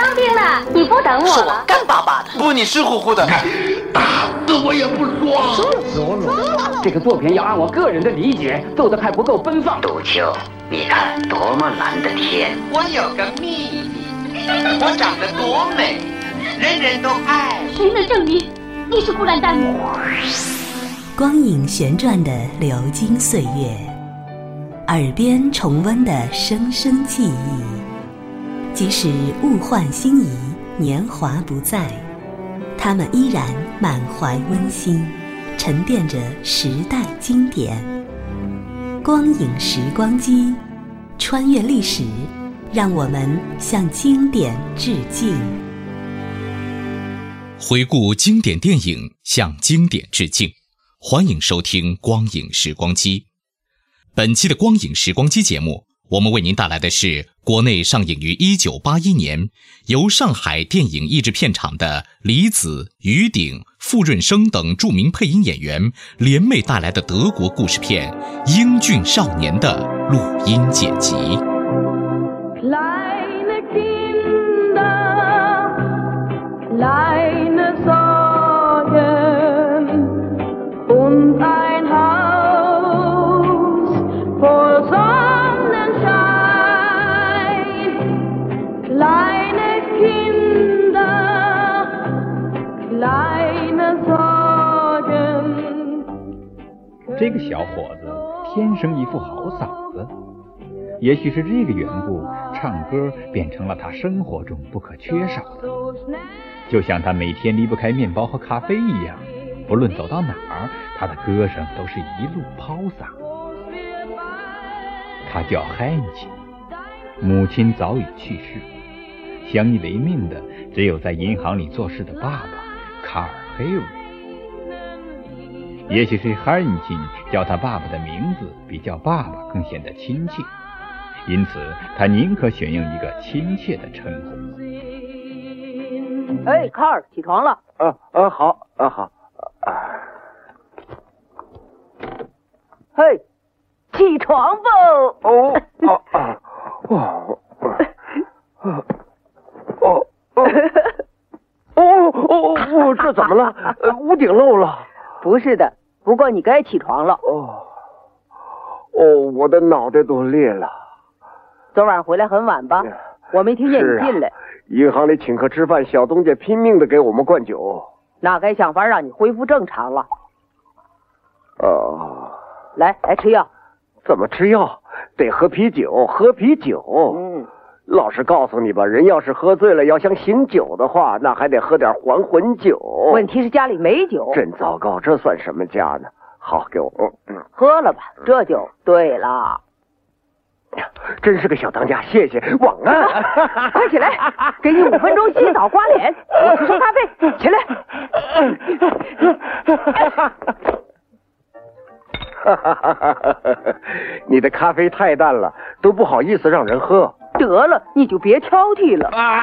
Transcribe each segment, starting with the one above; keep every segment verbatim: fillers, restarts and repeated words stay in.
当兵了，你不等我了？ 是我干巴巴的， 不，你湿乎乎的。 打死我也不说。 说了，这个作品要按我个人的理解做的还不够奔放。 杜秋，你看多么蓝的天！ 我有个秘密，我长得多美，人人都爱。 谁能证明你是孤兰丹？ 光影旋转的流金岁月，耳边重温的声声记忆，即使物换星移，年华不再，他们依然满怀温馨，沉淀着时代经典。光影时光机，穿越历史，让我们向经典致敬。 回顾经典电影，向经典致敬。欢迎收听光影时光机。本期的光影时光机节目，我们为您带来的是国内上映于一九八一年，由上海电影译制片厂的李子、于鼎、傅润生等著名配音演员联袂带来的德国故事片《英俊少年》的录音剪辑。 Kleine Kinder, kleine Sorgen und ein Haus voll Sonnenschein. Kleine Kinder, kleine Sorgen. 这个小伙子天生一副好嗓子，也许是这个缘故，唱歌变成了他生活中不可缺少的，就像他每天离不开面包和咖啡一样。不论走到哪儿，他的歌声都是一路抛洒。他叫海恩琴，母亲早已去世，相依为命的只有在银行里做事的爸爸卡尔·黑瑞。也许是海恩琴叫他爸爸的名字比叫爸爸更显得亲切，因此他宁可选用一个亲切的称呼。 哎，卡尔，起床了。 啊啊，好啊好。啊、 嘿，起床吧！ 哦哦啊哦哦哦哦哦，这怎么了？呃，屋顶漏了？ 不是的，不过你该起床了。 哦哦，我的脑袋都裂了。 昨晚回来很晚吧？我没听见你进来。 啊、银行里请客吃饭，小东家拼命的给我们灌酒。 那该想法让你恢复正常了。 哦， 来来吃药。 怎么吃药？得喝啤酒，喝啤酒。 嗯， 老实告诉你吧，人要是喝醉了，要想醒酒的话，那还得喝点还魂酒。 问题是家里没酒。 真糟糕，这算什么家呢？好，给我，嗯嗯， 喝了吧，这就对了。 真是个小当家，谢谢，晚安。 快起来，给你五分钟洗澡刮脸，我去收咖啡，起来。 你的咖啡太淡了，都不好意思让人喝。 得了，你就别挑剔了。 啊、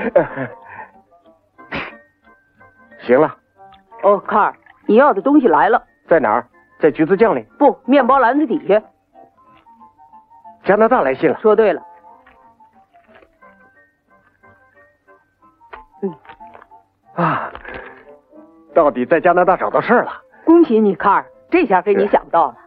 行了。 哦，卡尔，你要的东西来了。 在哪儿？在橘子酱里？ 不，面包篮子底下。 加拿大来信了。 说对了。嗯。 啊，到底在加拿大找到事儿了。 恭喜你，卡尔，这下给你想到了。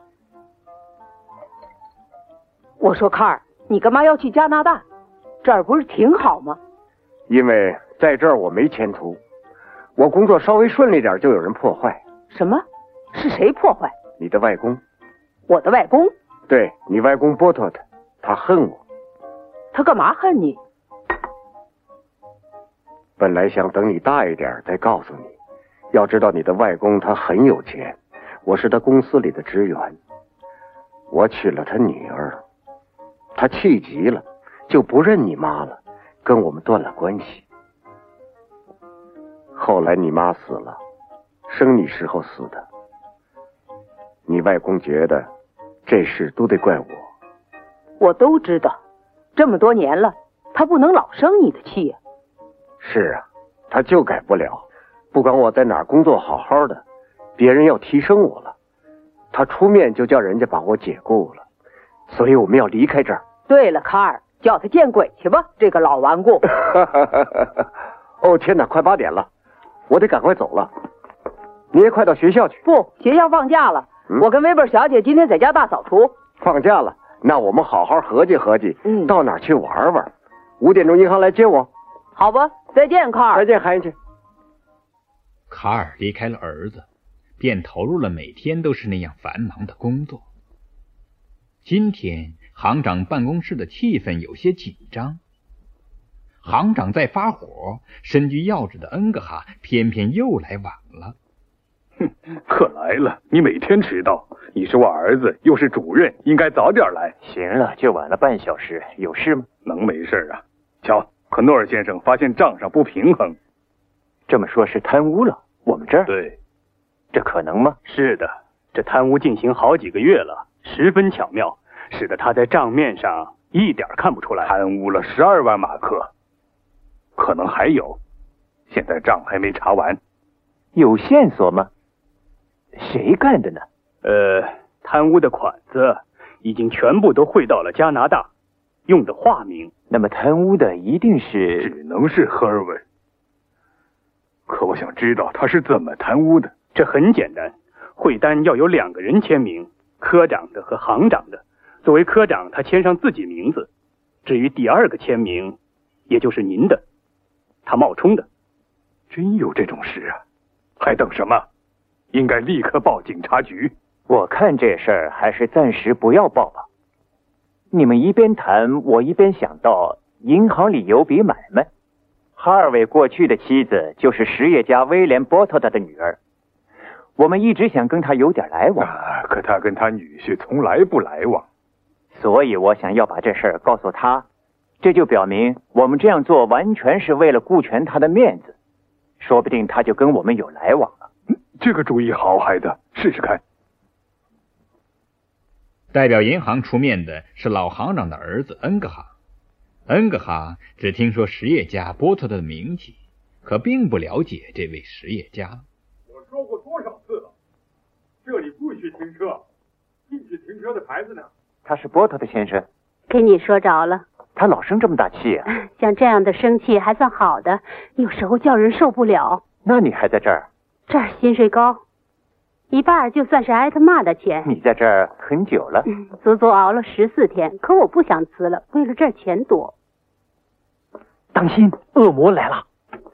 我说，卡尔，你干嘛要去加拿大？这儿不是挺好吗？ 因为在这儿我没前途，我工作稍微顺利点就有人破坏。 什么？是谁破坏？ 你的外公。 我的外公？ 对，你外公波托特，他恨我。 他干嘛恨你？ 本来想等你大一点再告诉你，要知道你的外公他很有钱，我是他公司里的职员，我娶了他女儿，他气急了，就不认你妈了，跟我们断了关系。后来你妈死了，生你时候死的，你外公觉得这事都得怪我。 我都知道，这么多年了，他不能老生你的气呀、啊。 是啊，他就改不了。不管我在哪儿工作好好的，别人要提升我了，他出面就叫人家把我解雇了，所以我们要离开这儿。 对了，卡尔， 叫他见鬼去吧，这个老顽固。 哦天哪，快八点了，我得赶快走了。你也快到学校去。 不，学校放假了。 嗯、 我跟威伯小姐今天在家大扫除。 放假了，那我们好好合计合计， 嗯， 到哪儿去玩玩。五点钟银行来接我。 好吧，再见，卡尔。 再见，孩子。 卡尔离开了儿子，便投入了每天都是那样繁忙的工作。今天行长办公室的气氛有些紧张，行长在发火，身居要职的恩格哈偏偏又来晚了。 哼，可来了！你每天迟到，你是我儿子，又是主任，应该早点来。 行了，就晚了半小时，有事吗？ 能没事啊？瞧，可诺尔先生发现账上不平衡。 这么说是贪污了？我们这儿？ 对。 这可能吗？ 是的，这贪污进行好几个月了，十分巧妙，使得他在账面上一点看不出来。 贪污了十二万马克，可能还有，现在账还没查完。 有线索吗？谁干的呢？ 呃，贪污的款子已经全部都汇到了加拿大，用的化名。 那么贪污的一定是…… 只能是赫尔文。可我想知道他是怎么贪污的。 这很简单，汇单要有两个人签名，科长的和行长的。作为科长，他签上自己名字。至于第二个签名，也就是您的，他冒充的。 真有这种事啊？还等什么？应该立刻报警察局。 我看这事儿还是暂时不要报吧。你们一边谈，我一边想到银行里有笔买卖。哈尔韦过去的妻子就是实业家威廉·波特特的女儿，我们一直想跟他有点来往。 啊，可他跟他女婿从来不来往， 所以我想要把这事儿告诉他，这就表明我们这样做完全是为了顾全他的面子，说不定他就跟我们有来往了。 这个主意好，孩子，试试看。 代表银行出面的是老行长的儿子恩格哈。恩格哈只听说实业家波特的名气，可并不了解这位实业家。 我说过多少次了，这里不许停车，禁止停车的牌子呢。 他是波特的先生。 给你说着了。 他老生这么大气啊？ 像这样的生气还算好的，有时候叫人受不了。 那你还在这儿？ 这儿薪水高，一半就算是挨他骂的钱。 你在这儿很久了？ 嗯，足足熬了十四天，可我不想辞了，为了这钱多。 当心，恶魔来了！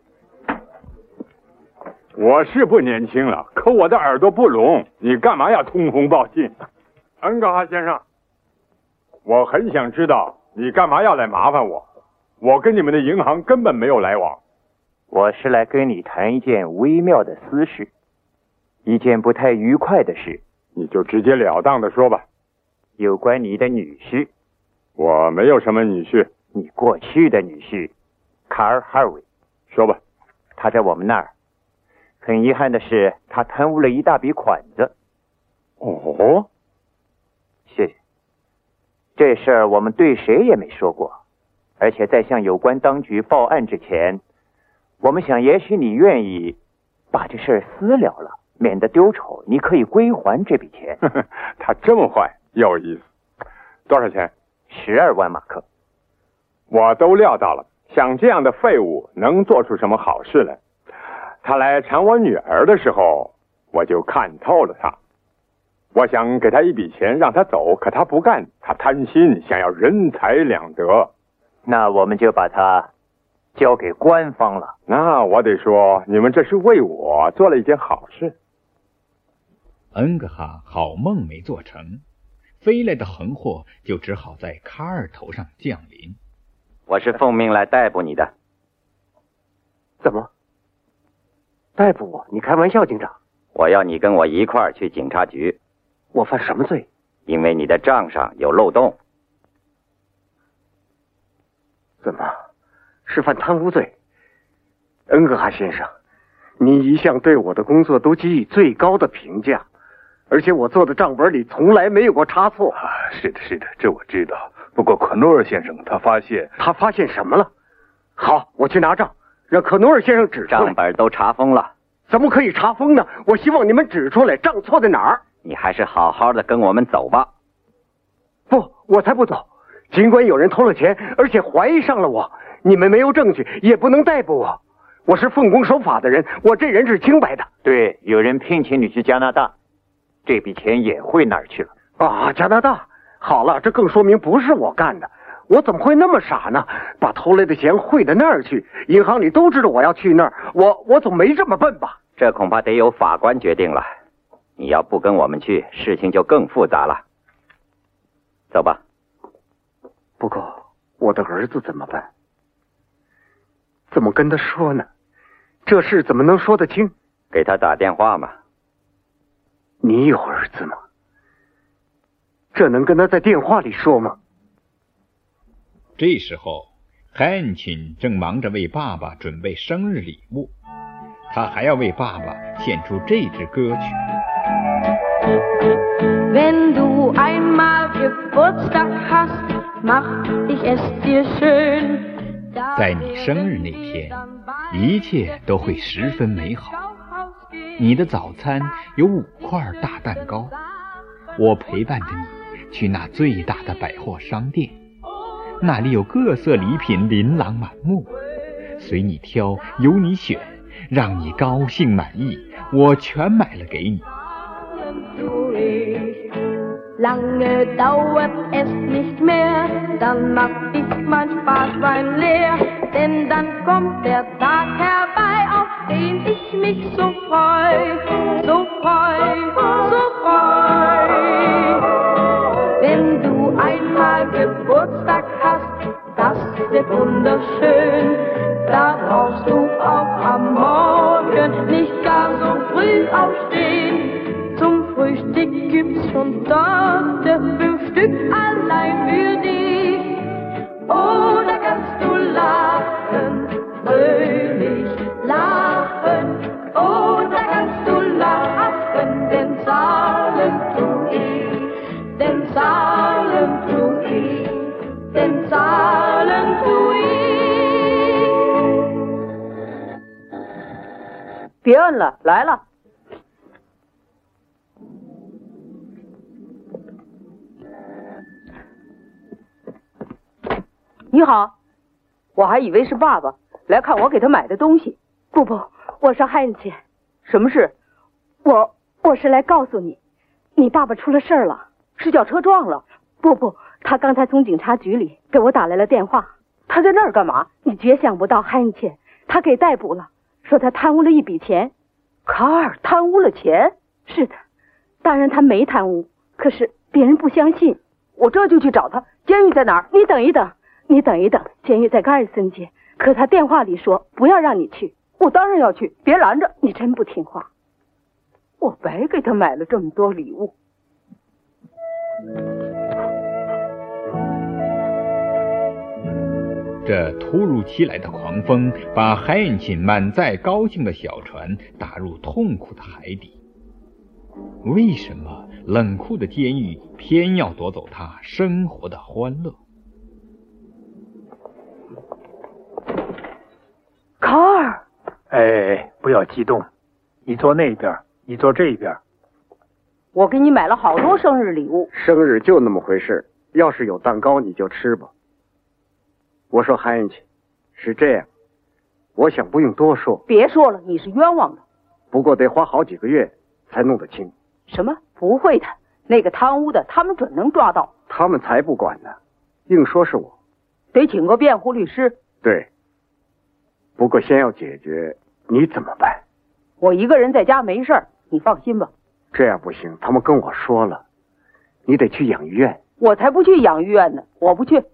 我是不年轻了，可我的耳朵不聋，你干嘛要通风报信？恩格哈先生，我很想知道你干嘛要来麻烦我？我跟你们的银行根本没有来往。 我是来跟你谈一件微妙的私事，一件不太愉快的事。 你就直截了当的说吧。 有关你的女婿。 我没有什么女婿。 你过去的女婿卡尔·哈尔韦。 说吧。 他在我们那儿。很遗憾的是，他贪污了一大笔款子。 哦， 谢谢。这事儿我们对谁也没说过，而且在向有关当局报案之前，我们想也许你愿意把这事儿私了了，免得丢丑，你可以归还这笔钱。 他这么坏，有意思。多少钱？ 十二万马克。 我都料到了，像这样的废物能做出什么好事来？他来缠我女儿的时候，我就看透了他。我想给他一笔钱让他走，可他不干，他贪心，想要人财两得。 那我们就把他交给官方了。 那我得说，你们这是为我做了一件好事。 恩格哈好梦没做成，飞来的横祸就只好在卡尔头上降临。 我是奉命来逮捕你的。 怎么？逮捕我？你开玩笑，警长。 我要你跟我一块儿去警察局。 我犯什么罪？ 因为你的账上有漏洞。 怎么？是犯贪污罪？恩格哈先生，你一向对我的工作都给予最高的评价，而且我做的账本里从来没有过差错。 啊，是的，是的，这我知道。不过可诺尔先生他发现…… 他发现什么了？好，我去拿账。让可诺尔先生指出来。 账本都查封了。 怎么可以查封呢？我希望你们指出来账错在哪儿。 你还是好好的跟我们走吧。 不，我才不走。 尽管有人偷了钱，而且怀疑上了我，你们没有证据，也不能逮捕我。我是奉公守法的人，我这人是清白的。 对，有人聘请你去加拿大，这笔钱也汇哪儿去了？ 啊，加拿大。好了，这更说明不是我干的。我怎么会那么傻呢？把偷来的钱汇到那儿去，银行里都知道我要去那儿，我我总没这么笨吧？ 这恐怕得由法官决定了。你要不跟我们去，事情就更复杂了。走吧。 不过我的儿子怎么办？怎么跟他说呢？这事怎么能说得清？ 给他打电话嘛。 你有儿子吗？这能跟他在电话里说吗？ 这时候，海恩钦正忙着为爸爸准备生日礼物，他还要为爸爸献出这支歌曲。 Wenn du einmal Geburtstag hast, mach ich es dir schön。 在你生日那天，一切都会十分美好。你的早餐有五块大蛋糕，我陪伴着你去那最大的百货商店，那里有各色礼品琳琅满目，随你挑，由你选，让你高兴满意，我全买了给你。 Lange dauert es nicht mehr, dann macht ich mein Sparschwein leer, denn dann kommt der Tag herbei, auf den ich mich so freu, so freu, so freu. Wenn du einmal Geburtstag hast, das wird wunderschön, da brauchst du auch am Morgen nicht gar so früh aufstehen.Zum Frühstück gibt's schon Torte, fünf Stück allein für dich. Oh, da kannst du lachen, fröhlich lachen. Oh, da kannst du lachen, denn zahlen tu ich, denn zahlen tu ich, denn zahlen tu ich. 别摁了，来了。你好，我还以为是爸爸来看我给他买的东西。 不不，我是汉姐。 什么事？ 我我是来告诉你，你爸爸出了事儿了， 是叫车撞了。 不不，他刚才从警察局里给我打来了电话。 他在那儿干嘛？ 你绝想不到，汉姐，他给逮捕了，说他贪污了一笔钱。 卡尔贪污了钱？ 是的，当然他没贪污，可是别人不相信。 我这就去找他。监狱在哪儿？ 你等一等。你等一等，监狱在盖尔森街，可他电话里说不要让你去。 我当然要去，别拦着。 你真不听话， 我白给他买了这么多礼物。 这突如其来的狂风把海恩钦满载高兴的小船打入痛苦的海底。为什么冷酷的监狱偏要夺走他生活的欢乐？ 卡尔， 哎，不要激动，你坐那边，你坐这边。 我给你买了好多生日礼物。 生日就那么回事，要是有蛋糕你就吃吧。我说海恩钦，是这样，我想不用多说。 别说了，你是冤枉的。 不过得花好几个月才弄得清。 什么？不会的，那个贪污的，他们准能抓到。 他们才不管呢，硬说是我。 得请个辩护律师。 对。不过先要解决你怎么办？ 我一个人在家没事儿，你放心吧。 这样不行，他们跟我说了，你得去养育院。 我才不去养育院呢，我不去。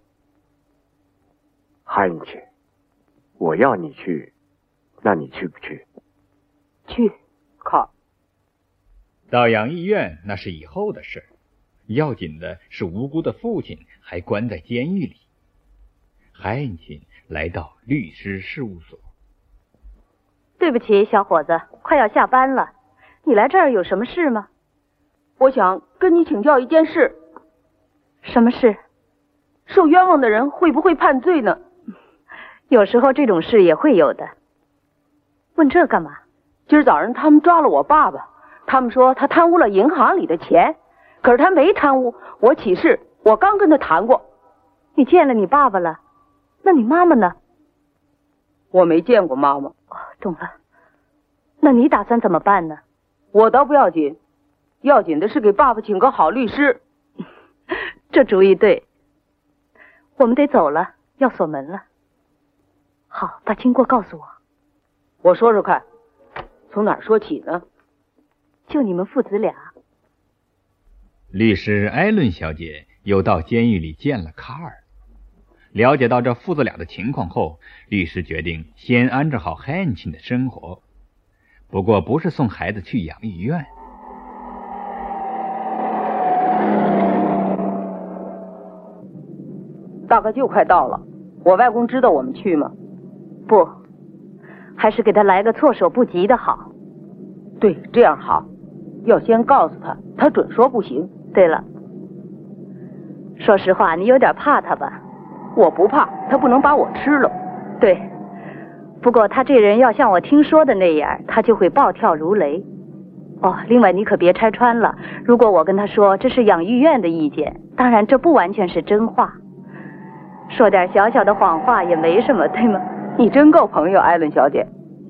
海恩钦，我要你去，那你去不去？ 去。靠。 到养育院那是以后的事，要紧的是无辜的父亲还关在监狱里。海恩钦来到律师事务所。 对不起，小伙子，快要下班了，你来这儿有什么事吗？ 我想跟你请教一件事。 什么事？ 受冤枉的人会不会判罪呢？ 有时候这种事也会有的。问这干嘛？ 今儿早上他们抓了我爸爸，他们说他贪污了银行里的钱，可是他没贪污，我起誓，我刚跟他谈过。 你见了你爸爸了，那你妈妈呢？ 我没见过妈妈。 哦，懂了。那你打算怎么办呢？ 我倒不要紧，要紧的是给爸爸请个好律师。 这主意对。我们得走了，要锁门了。好，把经过告诉我。 我说说看，从哪儿说起呢？ 就你们父子俩。 律师艾伦小姐又到监狱里见了卡尔，了解到这父子俩的情况后，律师决定先安置好汉亲的生活，不过不是送孩子去养育院。 大概就快到了，我外公知道我们去吗？ 不，还是给他来个措手不及的好。 对，这样好。要先告诉他，他准说不行。 对了，说实话，你有点怕他吧？ 我不怕，他不能把我吃了。 对，不过他这人要像我听说的那样，他就会暴跳如雷。哦，另外你可别拆穿了，如果我跟他说这是养育院的意见，当然这不完全是真话，说点小小的谎话也没什么，对吗？ 你真够朋友，艾伦小姐。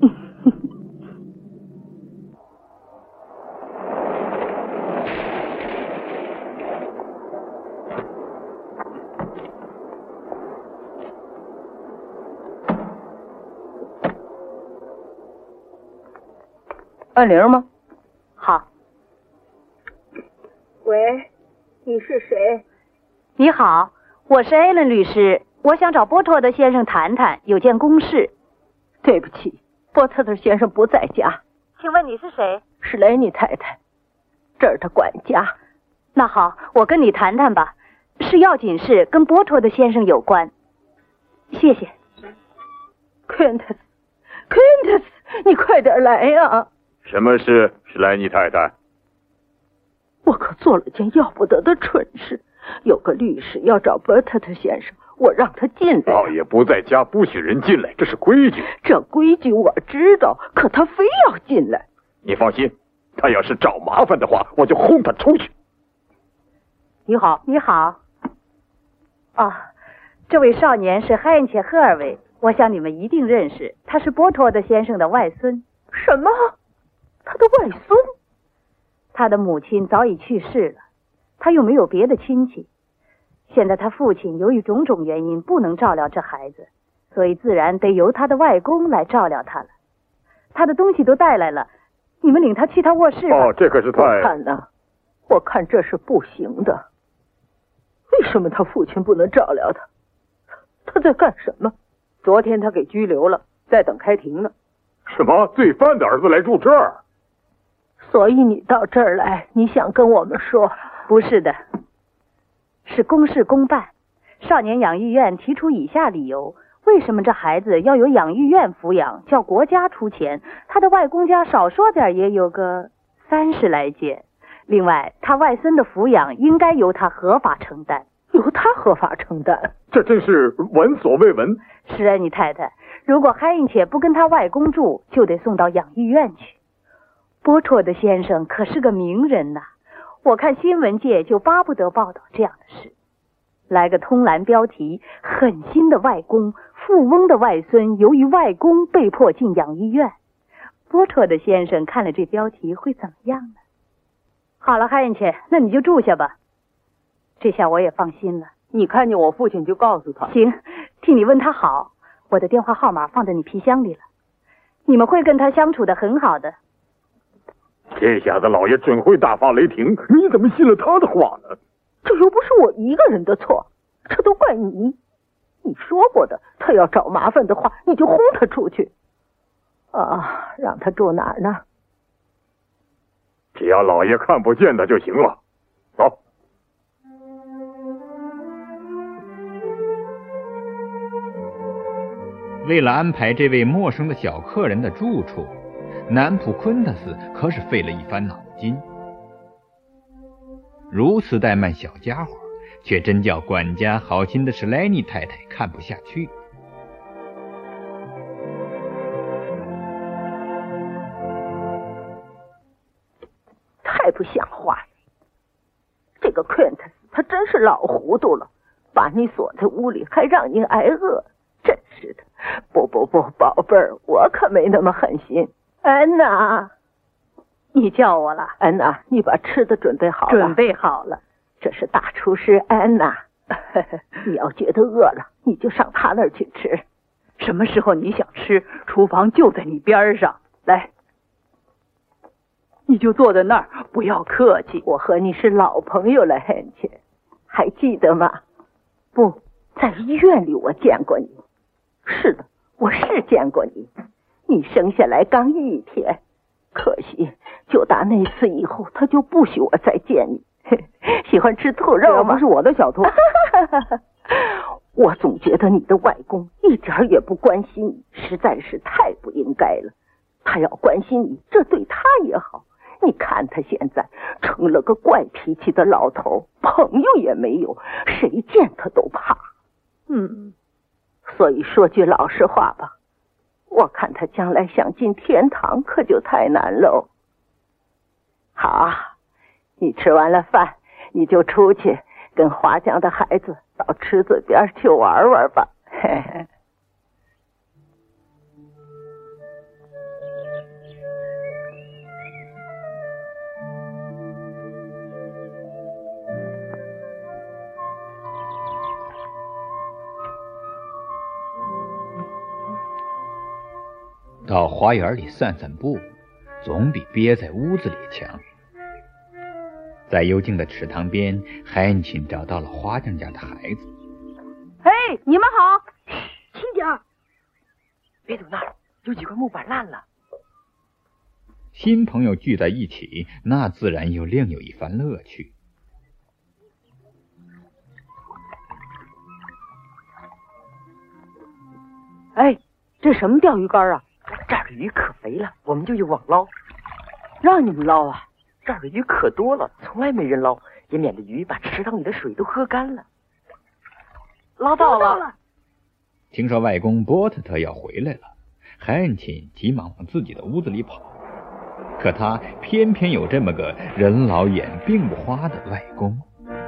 按铃吗？ 好。 喂，你是谁？ 你好，我是艾伦律师，我想找波特的先生谈谈，有件公事。 对不起，波特的先生不在家。 请问你是谁？ 是雷尼太太，这儿的管家。 那好，我跟你谈谈吧，是要紧事，跟波特的先生有关。谢谢。 Quintus， Quintus， 你快点来呀！ 什么事，史莱尼太太？ 我可做了件要不得的蠢事，有个律师要找伯特特先生，我让他进来。 老爷不在家，不许人进来，这是规矩。 这规矩我知道，可他非要进来。 你放心，他要是找麻烦的话，我就轰他出去。 你好，你好。哦，这位少年是汉恩切·赫尔维，我想你们一定认识，他是波托的先生的外孙。 什么？他的外孙？ 他的母亲早已去世了，他又没有别的亲戚。现在他父亲由于种种原因不能照料这孩子，所以自然得由他的外公来照料他了。他的东西都带来了，你们领他去他卧室吧。 哦，这可是太…… 我看呐，我看这是不行的。为什么他父亲不能照料他？他在干什么？ 昨天他给拘留了，在等开庭呢。 什么？罪犯的儿子来住这儿？ 所以你到这儿来，你想跟我们说？ 不是的，是公事公办。少年养育院提出以下理由：为什么这孩子要由养育院抚养，叫国家出钱？他的外公家少说点也有个三十来件。另外，他外孙的抚养应该由他合法承担。 由他合法承担？ 这真是闻所未闻。 是啊，你太太，如果海因切不跟他外公住，就得送到养育院去。波托的先生可是个名人呐，我看新闻界就巴不得报道这样的事。来个通栏标题：狠心的外公，富翁的外孙由于外公被迫进养育院。波托的先生看了这标题会怎么样呢？好了，海因切，那你就住下吧。这下我也放心了。 你看见我父亲就告诉他。 行，替你问他好，我的电话号码放在你皮箱里了。你们会跟他相处得很好的。 这下子老爷准会大发雷霆，你怎么信了他的话呢？ 这又不是我一个人的错，这都怪你。你说过的，他要找麻烦的话，你就轰他出去。啊，让他住哪儿呢？ 只要老爷看不见他就行了。走。 为了安排这位陌生的小客人的住处，南普昆特斯可是费了一番脑筋。如此怠慢小家伙，却真叫管家好心的史莱尼太太看不下去。 太不像话了！这个 Quintus 他真是老糊涂了， 把你锁在屋里，还让你挨饿，真是的！不不不，宝贝儿，我可没那么狠心。安娜， 你叫我了？ 安娜，你把吃的准备好了？ 准备好了。 这是大厨师安娜。你要觉得饿了，你就上他那儿去吃。 什么时候你想吃，厨房就在你边上。来，你就坐在那儿，不要客气。 我和你是老朋友了，hen切，还记得吗？不在医院里我见过你。是的，我是见过你。你生下来刚一天，可惜就打那次以后，他就不许我再见你。喜欢吃兔肉吗？ 不是我的小兔。 我总觉得你的外公一点也不关心你，实在是太不应该了。他要关心你，这对他也好。你看他现在成了个怪脾气的老头，朋友也没有，谁见他都怕。嗯，所以说句老实话吧，我看他将来想进天堂可就太难喽。好，你吃完了饭，你就出去跟华江的孩子到池子边去玩玩吧。嘿嘿。 到花园里散散步，总比憋在屋子里强。在幽静的池塘边，海恩琴找到了花匠家的孩子。 嘿，你们好，轻点儿，别走那儿，有几块木板烂了。 新朋友聚在一起，那自然又另有一番乐趣。 哎，这什么钓鱼竿啊？这儿的鱼可肥了，我们就用网捞。让你们捞啊？这儿的鱼可多了，从来没人捞，也免得鱼把池塘里的水都喝干了。捞到了！了听说外公波特特要回来了，海恩琴急忙往自己的屋子里跑。可他偏偏有这么个人老眼病不花的外公。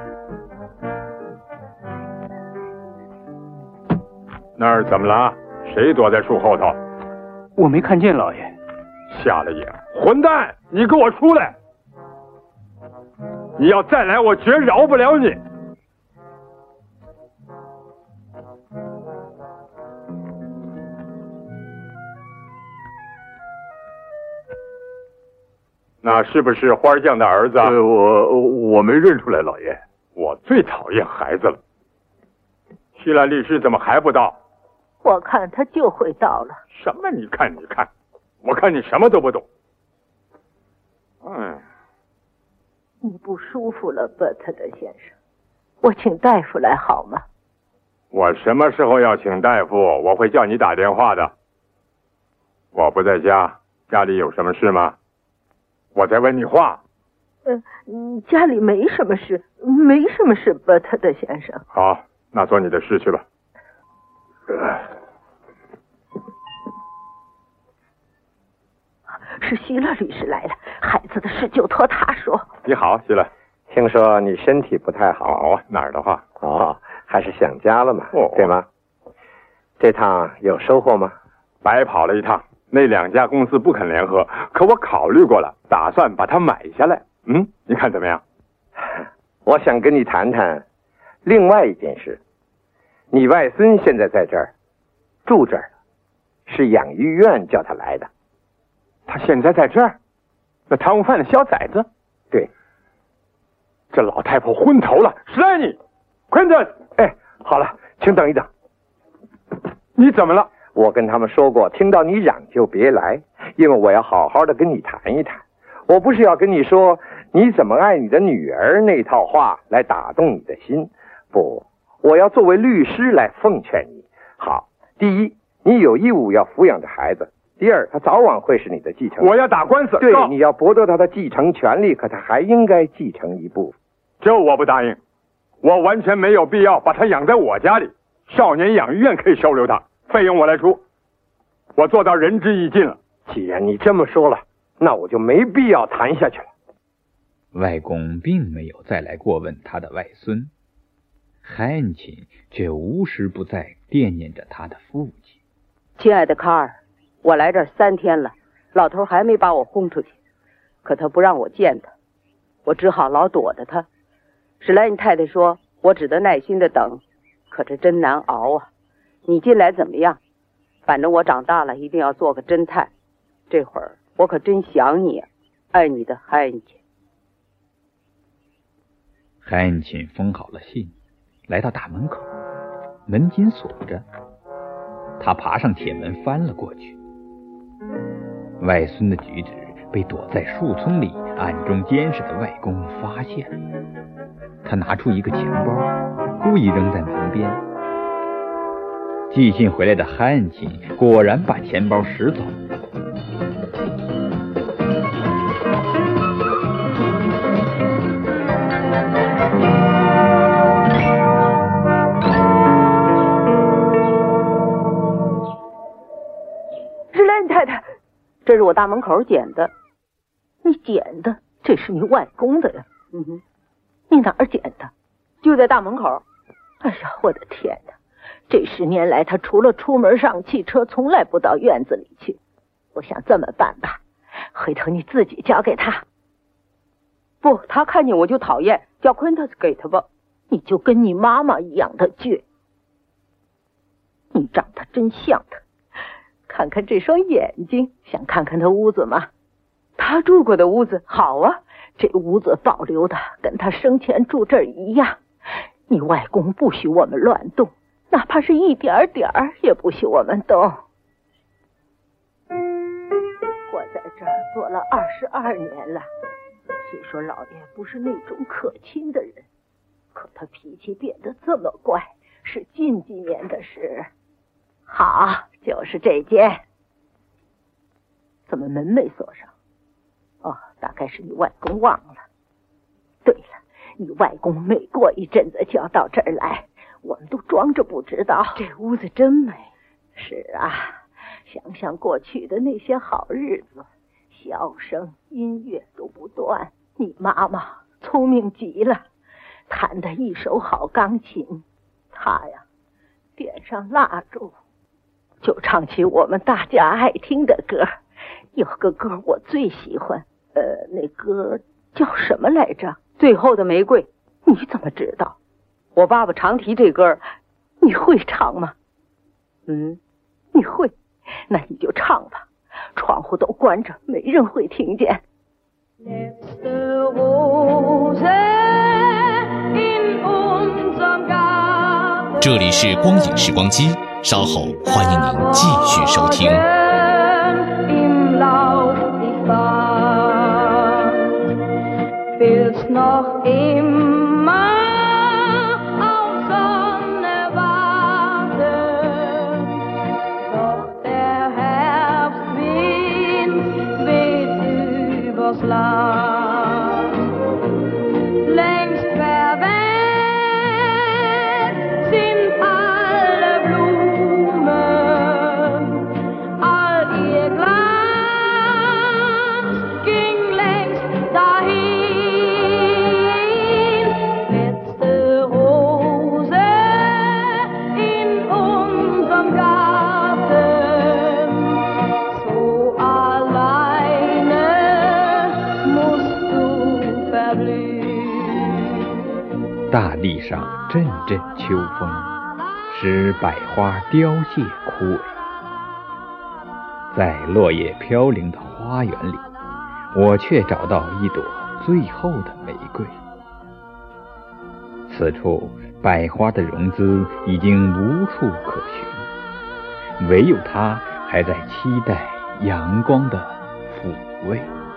那儿怎么了？谁躲在树后头？ 我没看见老爷。 瞎了眼！混蛋！你给我出来！你要再来，我绝饶不了你！那是不是花匠的儿子？ 呃，我我没认出来，老爷。 我最讨厌孩子了。希拉律师怎么还不到？ 我看他就会到了。 什么？你看，你看，我看你什么都不懂。嗯。 你不舒服了，伯特的先生，我请大夫来好吗？ 我什么时候要请大夫？我会叫你打电话的。我不在家，家里有什么事吗？我在问你话。 呃，家里没什么事，没什么事，伯特的先生。 好，那做你的事去吧。 是希勒律师来了，孩子的事就托他说。 你好，希勒， 听说你身体不太好。 哦，哪儿的话？ 哦，还是想家了嘛， 哦、 对吗？这趟有收获吗？ 白跑了一趟，那两家公司不肯联合，可我考虑过了，打算把它买下来。嗯，你看怎么样？ 我想跟你谈谈另外一件事。你外孙现在在这儿住这儿，是养育院叫他来的。 他现在在这儿？那贪污犯的小崽子？ 对， 这老太婆昏头了！史莱尼，快点！ 哎，好了，请等一等。 你怎么了？ 我跟他们说过，听到你嚷就别来，因为我要好好的跟你谈一谈。我不是要跟你说你怎么爱你的女儿那套话来打动你的心，不，我要作为律师来奉劝你。好，第一，你有义务要抚养着孩子。第二，他早晚会是你的继承人。 我要打官司。 对，你要剥夺他的继承权利，可他还应该继承一部分。 这我不答应，我完全没有必要把他养在我家里。少年养育院可以收留他，费用我来出。我做到仁至义尽了。 既然你这么说了，那我就没必要谈下去了。 外公并没有再来过问他的外孙。 汉卿却无时不在惦念着他的父亲。 亲爱的卡尔，我来这儿三天了，老头还没把我轰出去，可他不让我见他，我只好老躲着他。史莱因太太说我只得耐心的等，可这真难熬啊。你近来怎么样？反正我长大了一定要做个侦探，这会儿我可真想你啊，爱你的汉卿。 汉卿封好了信，来到大门口，门紧锁着，他爬上铁门翻了过去。外孙的举止被躲在树丛里暗中监视的外公发现了，他拿出一个钱包，故意扔在门边。寄信回来的汉卿果然把钱包拾走。 史莱因太太，这是我大门口捡的。 你捡的？这是你外公的呀。 嗯哼。 你哪儿捡的？ 就在大门口。 哎呀，我的天哪！这十年来，他除了出门上汽车，从来不到院子里去。我想这么办吧，回头你自己交给他。 不，他看见我就讨厌，叫昆特斯给他吧。 你就跟你妈妈一样的倔。你长得真像他，看看这双眼睛，想看看他屋子吗？ 他住过的屋子，好啊， 这屋子保留的跟他生前住这儿一样。你外公不许我们乱动，哪怕是一点点儿也不许我们动。我在这儿做了二十二年了，虽说老爷不是那种可亲的人，可他脾气变得这么怪，是近几年的事。好，就是这间。怎么门没锁上？哦，大概是你外公忘了。对了，你外公每过一阵子就要到这儿来，我们都装着不知道。 这屋子真美。 是啊，想想过去的那些好日子，笑声音乐都不断。你妈妈聪明极了，弹得一手好钢琴，她呀点上蜡烛就唱起我们大家爱听的歌。有个歌我最喜欢，呃，那歌叫什么来着？ 最后的玫瑰。 你怎么知道？ 我爸爸常提这歌。 你会唱吗？ 嗯， 你会，那你就唱吧，窗户都关着，没人会听见。 这里是光影时光机，稍后欢迎您继续收听。 大地上阵阵秋风，使百花凋谢枯萎。在落叶飘零的花园里，我却找到一朵最后的玫瑰。此处百花的容姿已经无处可寻，唯有它还在期待阳光的抚慰。